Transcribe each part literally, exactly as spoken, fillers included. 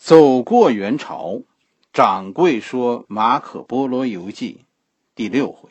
走过元朝，掌柜说马可波罗游记第六回。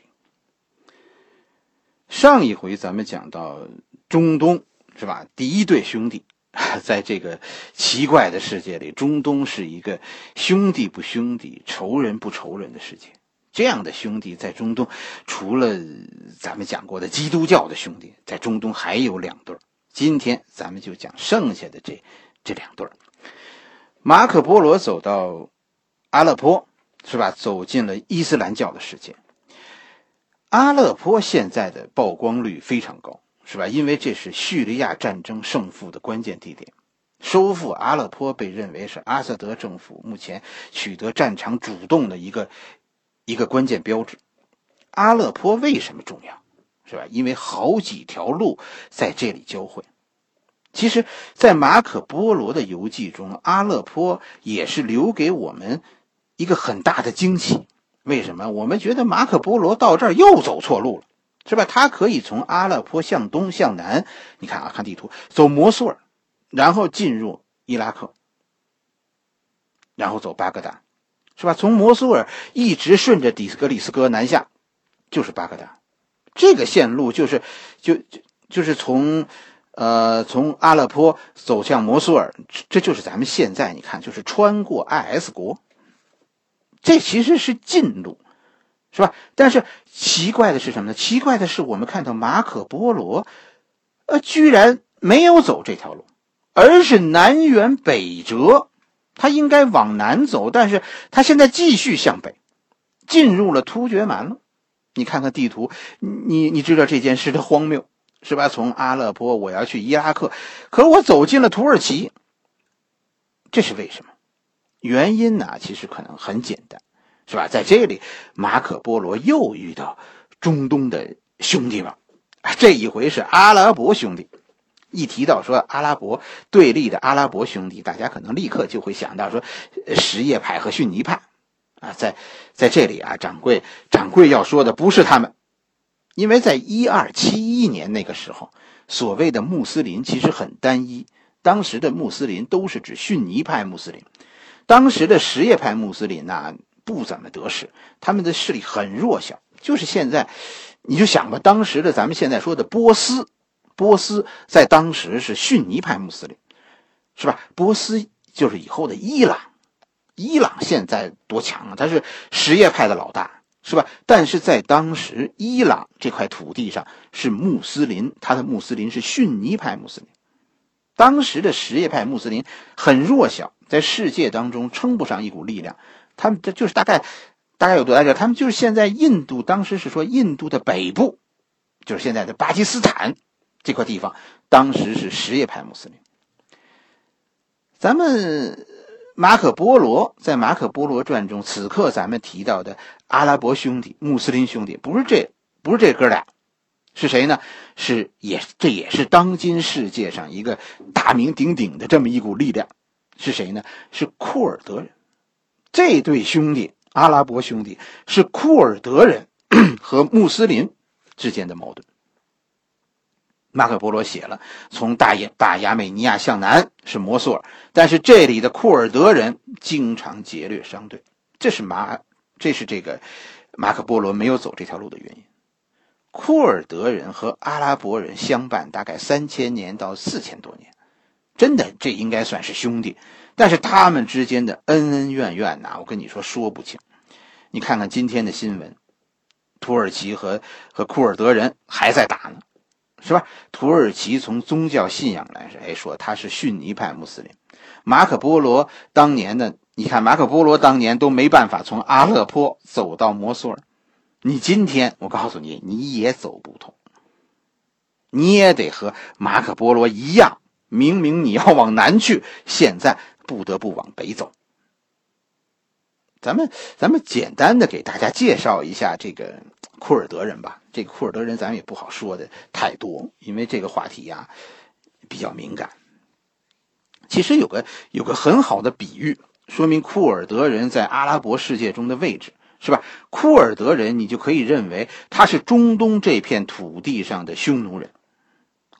上一回咱们讲到中东是吧，第一对兄弟，在这个奇怪的世界里，中东是一个兄弟不兄弟，仇人不仇人的世界。这样的兄弟在中东，除了咱们讲过的基督教的兄弟，在中东还有两对。今天咱们就讲剩下的这这两对。马可波罗走到阿勒颇是吧，走进了伊斯兰教的世界。阿勒颇现在的曝光率非常高是吧，因为这是叙利亚战争胜负的关键地点。收复阿勒颇被认为是阿萨德政府目前取得战场主动的一个一个关键标志。阿勒颇为什么重要是吧，因为好几条路在这里交汇。其实在马可波罗的游记中，阿勒颇也是留给我们一个很大的惊喜。为什么？我们觉得马可波罗到这儿又走错路了是吧，他可以从阿勒颇向东向南，你看啊，看地图，走摩苏尔，然后进入伊拉克，然后走巴格达是吧，从摩苏尔一直顺着底格里斯哥南下就是巴格达。这个线路就是就就就是从呃，从阿勒颇走向摩苏尔，这就是咱们现在你看，就是穿过 I S 国，这其实是近路，是吧？但是奇怪的是什么呢？奇怪的是我们看到马可波罗，呃，居然没有走这条路，而是南辕北辙。他应该往南走，但是他现在继续向北，进入了突厥蛮了。你看看地图，你你知道这件事的荒谬。是吧？从阿勒颇我要去伊拉克，可我走进了土耳其，这是为什么？原因呢，其实可能很简单，是吧？在这里，马可波罗又遇到中东的兄弟了，这一回是阿拉伯兄弟。一提到说阿拉伯对立的阿拉伯兄弟，大家可能立刻就会想到说什叶派和逊尼派啊，在在这里啊，掌柜掌柜要说的不是他们。因为在一二七一年那个时候，所谓的穆斯林其实很单一，当时的穆斯林都是指逊尼派穆斯林，当时的什叶派穆斯林呢不怎么得势，他们的势力很弱小。就是现在你就想吧，当时的咱们现在说的波斯，波斯在当时是逊尼派穆斯林是吧，波斯就是以后的伊朗，伊朗现在多强啊，他是什叶派的老大是吧？但是在当时伊朗这块土地上是穆斯林，他的穆斯林是逊尼派穆斯林。当时的什叶派穆斯林很弱小，在世界当中称不上一股力量，他们就是大概大概有多大点，他们就是现在印度，当时是说印度的北部，就是现在的巴基斯坦这块地方，当时是什叶派穆斯林。咱们马可波罗在马可波罗传中，此刻咱们提到的阿拉伯兄弟、穆斯林兄弟，不是这不是这哥俩，是谁呢？是也这也是当今世界上一个大名鼎鼎的这么一股力量，是谁呢？是库尔德人。这对兄弟，阿拉伯兄弟，是库尔德人和穆斯林之间的矛盾。马可波罗写了从大亚大亚美尼亚向南是摩苏尔，但是这里的库尔德人经常劫掠商队，这是马这是这个马可波罗没有走这条路的原因。库尔德人和阿拉伯人相伴大概三千年到四千多年，真的这应该算是兄弟，但是他们之间的恩恩怨怨呐，我跟你说说不清。你看看今天的新闻，土耳其和和库尔德人还在打呢。是吧？土耳其从宗教信仰来说，哎，说他是逊尼派穆斯林。马可波罗当年的，你看马可波罗当年都没办法从阿勒颇走到摩苏尔，你今天我告诉你，你也走不通，你也得和马可波罗一样，明明你要往南去，现在不得不往北走。咱们咱们简单的给大家介绍一下这个库尔德人吧。这个库尔德人咱们也不好说的太多，因为这个话题啊比较敏感。其实有个有个很好的比喻，说明库尔德人在阿拉伯世界中的位置，是吧？库尔德人你就可以认为他是中东这片土地上的匈奴人。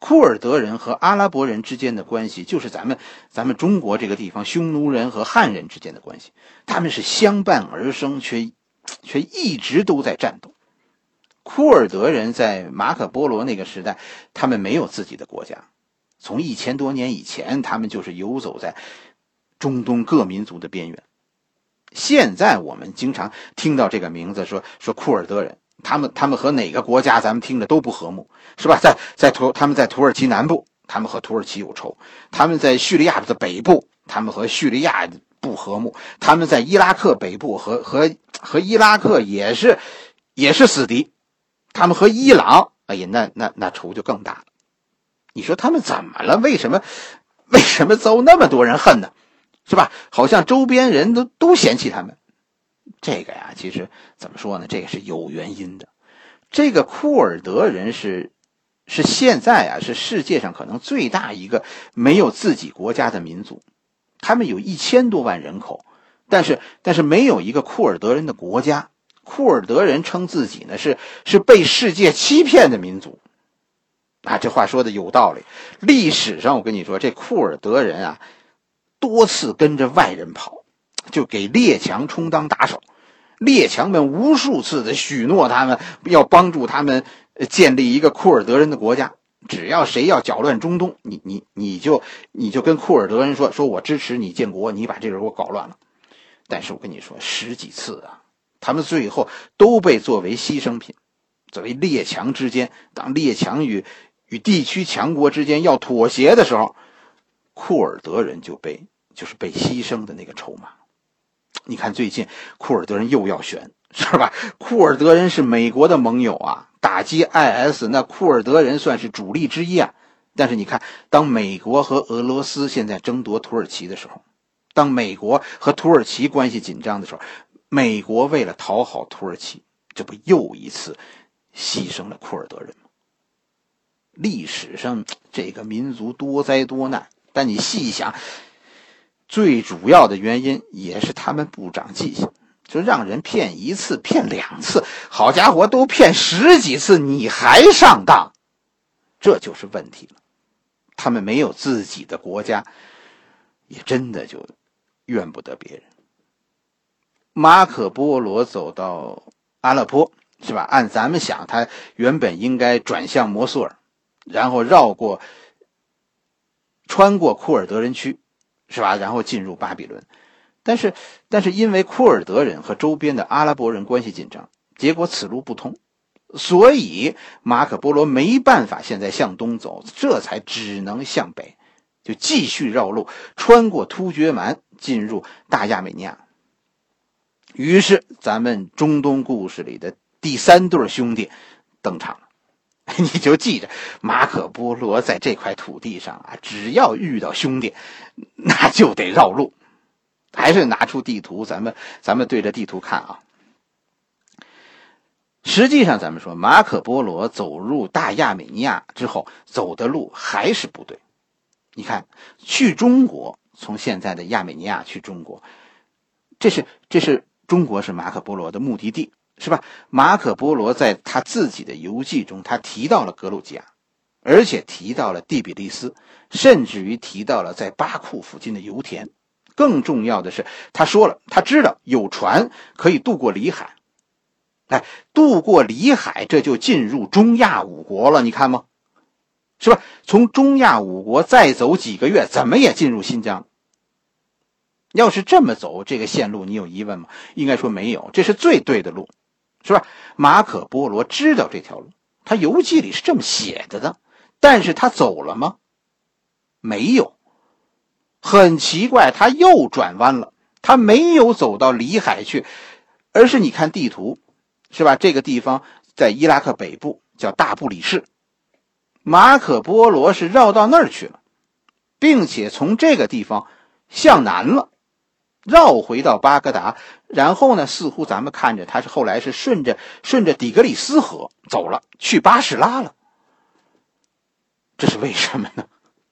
库尔德人和阿拉伯人之间的关系，就是咱们咱们中国这个地方匈奴人和汉人之间的关系，他们是相伴而生，却却一直都在战斗。库尔德人在马可波罗那个时代，他们没有自己的国家，从一千多年以前，他们就是游走在中东各民族的边缘。现在我们经常听到这个名字，说说库尔德人，他们他们和哪个国家咱们听着都不和睦，是吧？在在土他们在土耳其南部，他们和土耳其有仇；他们在叙利亚的北部，他们和叙利亚不和睦；他们在伊拉克北部和和和伊拉克也是也是死敌；他们和伊朗，哎呀，那那那仇就更大了。你说他们怎么了？为什么为什么遭那么多人恨呢？是吧？好像周边人都都嫌弃他们。这个呀，其实怎么说呢？这个是有原因的。这个库尔德人是是现在啊，是世界上可能最大一个没有自己国家的民族。他们有一千多万人口，但是但是没有一个库尔德人的国家。库尔德人称自己呢是是被世界欺骗的民族。啊，这话说的有道理。历史上我跟你说，这库尔德人啊，多次跟着外人跑，就给列强充当打手。列强们无数次的许诺他们要帮助他们建立一个库尔德人的国家，只要谁要搅乱中东，你你你就你就跟库尔德人说说我支持你建国，你把这个给我搞乱了。但是我跟你说，十几次啊，他们最后都被作为牺牲品。作为列强之间，当列强与与地区强国之间要妥协的时候，库尔德人就被就是被牺牲的那个筹码。你看最近库尔德人又要选，是吧？库尔德人是美国的盟友啊，打击 I S 那库尔德人算是主力之一啊。但是你看，当美国和俄罗斯现在争夺土耳其的时候，当美国和土耳其关系紧张的时候，美国为了讨好土耳其，这不又一次牺牲了库尔德人吗？历史上这个民族多灾多难，但你细想，最主要的原因也是他们不长记性，就让人骗一次骗两次，好家伙都骗十几次你还上当，这就是问题了。他们没有自己的国家，也真的就怨不得别人。马可波罗走到阿勒颇，是吧？按咱们想，他原本应该转向摩苏尔，然后绕过穿过库尔德人区，是吧？然后进入巴比伦。但是但是因为库尔德人和周边的阿拉伯人关系紧张，结果此路不通，所以马可波罗没办法现在向东走，这才只能向北，就继续绕路穿过突厥蛮进入大亚美尼亚。于是咱们中东故事里的第三对兄弟登场了。你就记着，马可波罗在这块土地上啊，只要遇到兄弟，那就得绕路。还是拿出地图，咱们咱们对着地图看啊。实际上咱们说，马可波罗走入大亚美尼亚之后走的路还是不对。你看，去中国，从现在的亚美尼亚去中国，这是这是中国是马可波罗的目的地，是吧？马可波罗在他自己的游记中，他提到了格鲁吉亚，而且提到了第比利斯，甚至于提到了在巴库附近的油田。更重要的是，他说了，他知道有船可以渡过里海。哎，渡过里海，这就进入中亚五国了，你看吗？是吧？从中亚五国再走几个月，怎么也进入新疆。要是这么走这个线路，你有疑问吗？应该说没有，这是最对的路，是吧？马可波罗知道这条路，他游记里是这么写的的，但是他走了吗？没有。很奇怪，他又转弯了，他没有走到里海去，而是你看地图，是吧？这个地方在伊拉克北部，叫大布里士。马可波罗是绕到那儿去了，并且从这个地方向南了，绕回到巴格达，然后呢，似乎咱们看着他是后来是顺着顺着底格里斯河走了，去巴士拉了。这是为什么呢？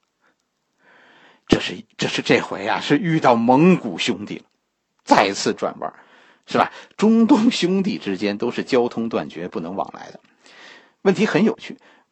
这是这是这回啊，是遇到蒙古兄弟了，再次转弯，是吧？中东兄弟之间都是交通断绝，不能往来的。问题很有趣，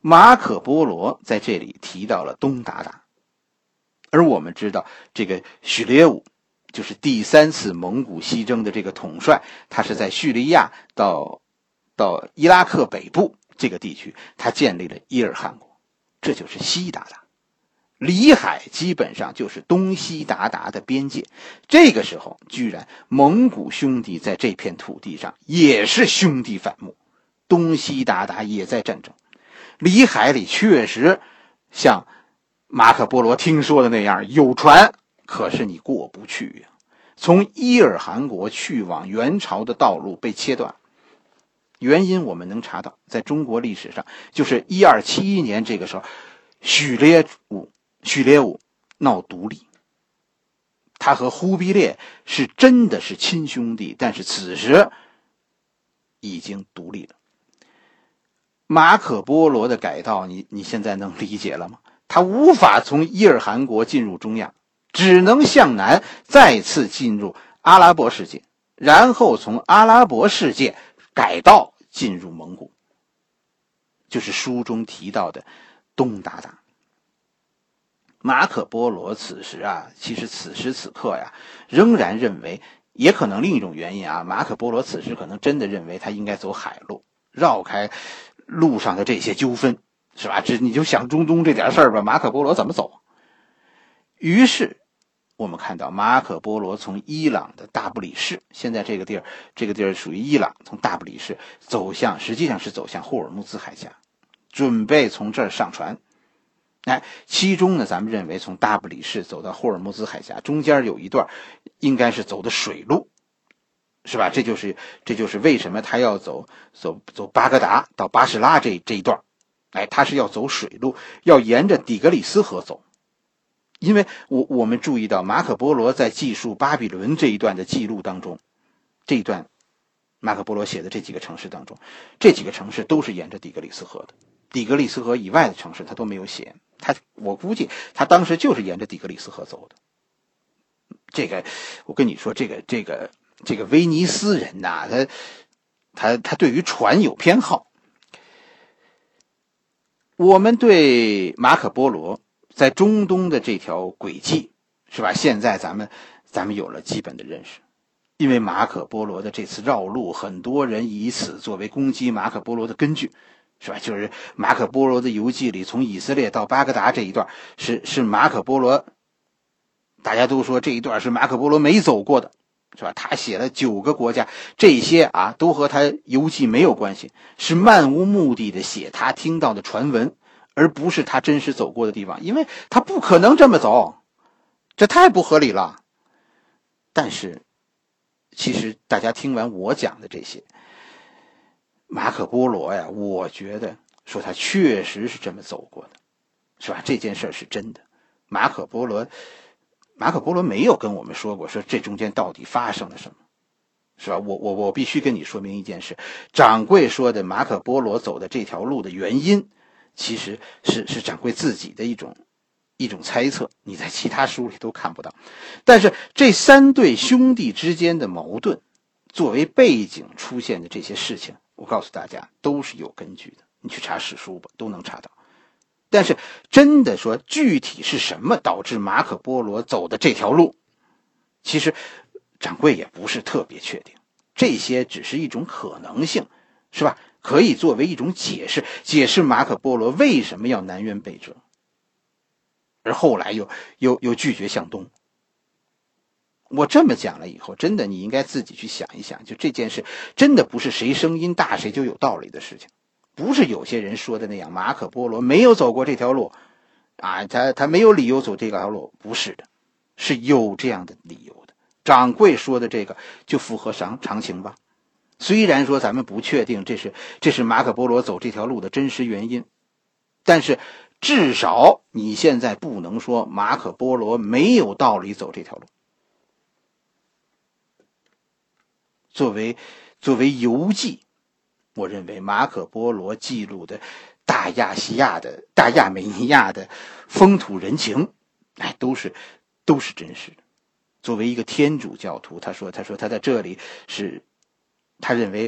马可波罗在这里提到了东鞑靼，而我们知道这个许列武就是第三次蒙古西征的这个统帅，他是在叙利亚到到伊拉克北部这个地区，他建立了伊尔汗国，这就是西鞑靼。里海基本上就是东西鞑靼的边界，这个时候居然蒙古兄弟在这片土地上也是兄弟反目，东西鞑靼也在战争。里海里确实像马可波罗听说的那样有船，可是你过不去呀、啊。从伊尔汗国去往元朝的道路被切断，原因我们能查到，在中国历史上就是一二七一年这个时候，许列武许列武闹独立，他和忽必烈是真的是亲兄弟，但是此时已经独立了。马可波罗的改道，你你现在能理解了吗？他无法从伊尔汗国进入中亚，只能向南再次进入阿拉伯世界，然后从阿拉伯世界改道进入蒙古，就是书中提到的东鞑靼。马可波罗此时啊，其实此时此刻呀，仍然认为，也可能另一种原因啊，马可波罗此时可能真的认为他应该走海路，绕开路上的这些纠纷，是吧？这你就想中东这点事儿吧，马可波罗怎么走？于是我们看到马可波罗从伊朗的大不里士，现在这个地儿，这个地儿属于伊朗，从大不里士走向，实际上是走向霍尔木兹海峡，准备从这儿上船。哎，其中呢，咱们认为从大不里士走到霍尔木兹海峡中间有一段应该是走的水路，是吧？这就是这就是为什么他要走走走巴格达到巴士拉这这一段，哎，他是要走水路，要沿着底格里斯河走。因为我我们注意到马可波罗在记述巴比伦这一段的记录当中，这一段马可波罗写的这几个城市当中，这几个城市都是沿着底格里斯河的，底格里斯河以外的城市他都没有写。他我估计他当时就是沿着底格里斯河走的。这个我跟你说，这个这个这个威尼斯人呐、啊，他他他对于船有偏好。我们对马可波罗在中东的这条轨迹，是吧？现在咱们咱们有了基本的认识。因为马可波罗的这次绕路，很多人以此作为攻击马可波罗的根据，是吧？就是马可波罗的游记里，从以色列到巴格达这一段，是是马可波罗，大家都说这一段是马可波罗没走过的，是吧？他写了九个国家，这些啊都和他游记没有关系，是漫无目的的写他听到的传闻，而不是他真实走过的地方，因为他不可能这么走，这太不合理了。但是其实大家听完我讲的这些，马可波罗呀，我觉得说他确实是这么走过的，是吧？这件事是真的。马可波罗马可波罗没有跟我们说过说这中间到底发生了什么，是吧？我我我必须跟你说明一件事，掌柜说的马可波罗走的这条路的原因，其实是是掌柜自己的一种一种猜测，你在其他书里都看不到。但是这三对兄弟之间的矛盾作为背景出现的这些事情，我告诉大家都是有根据的，你去查史书吧，都能查到。但是真的说具体是什么导致马可波罗走的这条路，其实掌柜也不是特别确定，这些只是一种可能性，是吧？可以作为一种解释，解释马可波罗为什么要南辕北辙，而后来又又又拒绝向东。我这么讲了以后，真的你应该自己去想一想，就这件事真的不是谁声音大谁就有道理的事情，不是有些人说的那样，马可波罗没有走过这条路啊，他他没有理由走这条路，不是的，是有这样的理由的。掌柜说的这个就符合常常情吧。虽然说咱们不确定这是这是马可波罗走这条路的真实原因，但是至少你现在不能说马可波罗没有道理走这条路。作为作为游记，我认为马可波罗记录的大亚细亚的大亚美尼亚的风土人情，哎，都是都是真实的。作为一个天主教徒，他说他说他在这里是他认为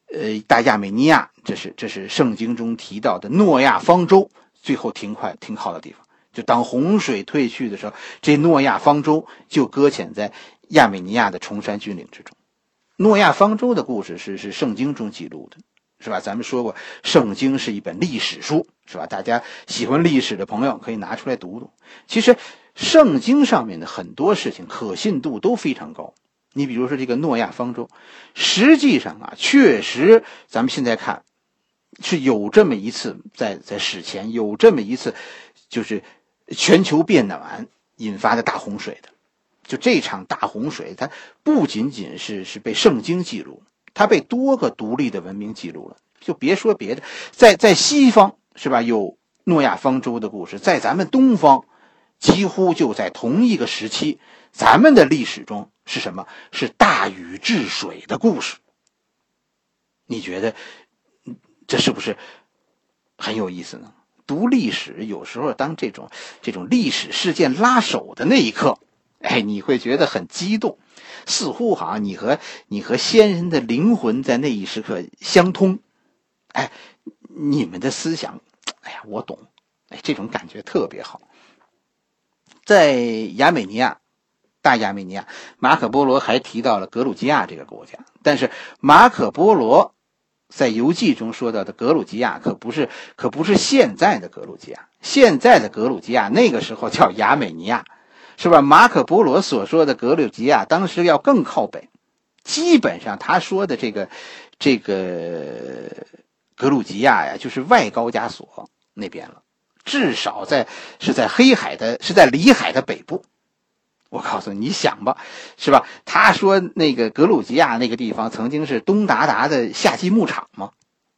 呃，大亚美尼亚，这是这是圣经中提到的诺亚方舟最后停快停靠的地方。就当洪水退去的时候，这诺亚方舟就搁浅在亚美尼亚的崇山峻岭之中。诺亚方舟的故事是是圣经中记录的，是吧？咱们说过，圣经是一本历史书，是吧？大家喜欢历史的朋友可以拿出来读读。其实圣经上面的很多事情可信度都非常高。你比如说这个诺亚方舟，实际上啊，确实咱们现在看是有这么一次，在在史前有这么一次，就是全球变暖引发的大洪水的。就这场大洪水，它不仅仅是是被圣经记录，它被多个独立的文明记录了。就别说别的，在在西方是吧，有诺亚方舟的故事，在咱们东方几乎就在同一个时期，咱们的历史中是什么？是大禹治水的故事。你觉得这是不是很有意思呢？读历史有时候当这种这种历史事件拉手的那一刻，哎，你会觉得很激动，似乎好像你和你和先人的灵魂在那一时刻相通。哎，你们的思想，哎呀，我懂，哎，这种感觉特别好。在亚美尼亚，大亚美尼亚，马可波罗还提到了格鲁吉亚这个国家，但是马可波罗在游记中说到的格鲁吉亚可不是可不是现在的格鲁吉亚，现在的格鲁吉亚那个时候叫亚美尼亚，是吧？马可波罗所说的格鲁吉亚当时要更靠北，基本上他说的这个这个格鲁吉亚呀，就是外高加索那边了，至少在是在黑海的是在里海的北部。我告诉你，你想吧，是吧？他说那个格鲁吉亚那个地方曾经是东达达的夏季牧场吗？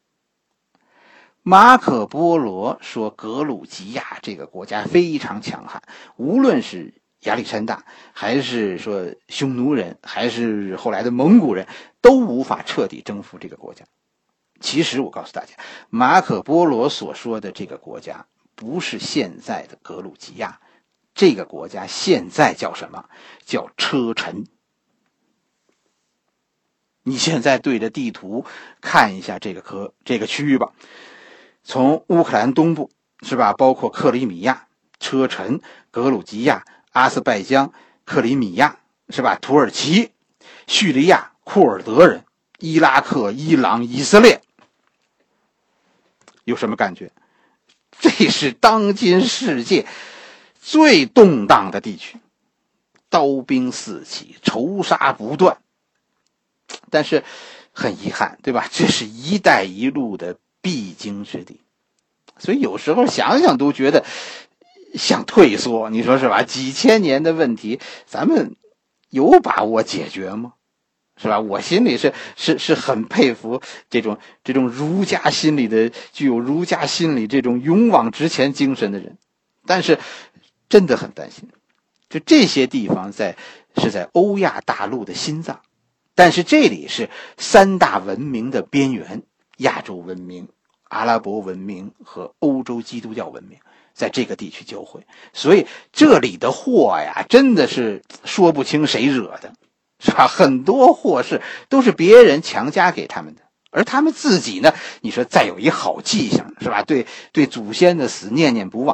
马可波罗说格鲁吉亚这个国家非常强悍，无论是亚历山大还是说匈奴人还是后来的蒙古人，都无法彻底征服这个国家。其实我告诉大家，马可波罗所说的这个国家不是现在的格鲁吉亚，这个国家现在叫什么？叫车臣。你现在对着地图看一下这个科这个区域吧，从乌克兰东部是吧，包括克里米亚、车臣、格鲁吉亚、阿塞拜疆、克里米亚是吧，土耳其、叙利亚、库尔德人、伊拉克、伊朗、以色列，有什么感觉？这是当今世界最动荡的地区，刀兵四起，仇杀不断。但是很遗憾，对吧？这是一带一路的必经之地，所以有时候想想都觉得想退缩，你说是吧？几千年的问题，咱们有把握解决吗？是吧？我心里是是是很佩服这种这种儒家心理的，具有儒家心理这种勇往直前精神的人，但是真的很担心，就这些地方在是在欧亚大陆的心脏，但是这里是三大文明的边缘，亚洲文明、阿拉伯文明和欧洲基督教文明在这个地区交汇，所以这里的祸呀，真的是说不清谁惹的。是吧？很多祸事都是别人强加给他们的，而他们自己呢，你说再有一好记性，是吧？对对祖先的死念念不忘，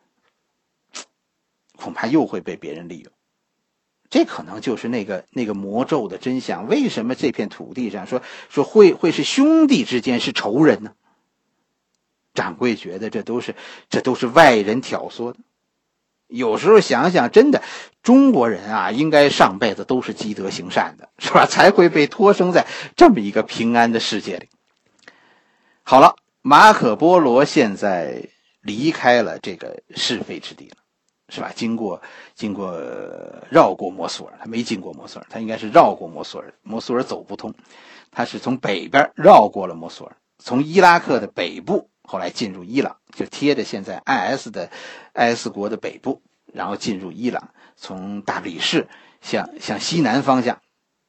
恐怕又会被别人利用。这可能就是那个那个魔咒的真相。为什么这片土地上说说会会是兄弟之间是仇人呢？掌柜觉得这都是这都是外人挑唆的。有时候想想，真的，中国人啊，应该上辈子都是积德行善的，是吧？才会被托生在这么一个平安的世界里。好了，马可波罗现在离开了这个是非之地了，是吧？经过经过绕过摩苏尔，他没经过摩苏尔，他应该是绕过摩苏尔，摩苏尔走不通，他是从北边绕过了摩苏尔，从伊拉克的北部。后来进入伊朗，就贴着现在 I S 的 I S 国的北部，然后进入伊朗，从大不里士向向西南方向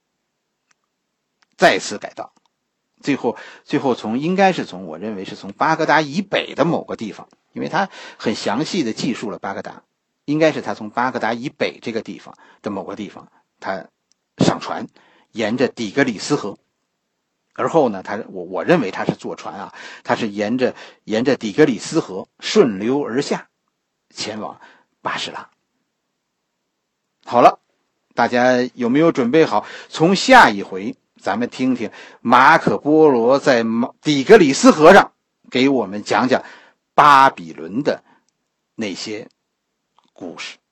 再次改道，最后最后从应该是从我认为是从巴格达以北的某个地方，因为他很详细的记述了巴格达，应该是他从巴格达以北这个地方的某个地方，他上船沿着底格里斯河而后呢，他我我认为他是坐船啊，他是沿着沿着底格里斯河顺流而下，前往巴士拉。好了，大家有没有准备好？从下一回咱们听听马可波罗在底格里斯河上给我们讲讲巴比伦的那些故事。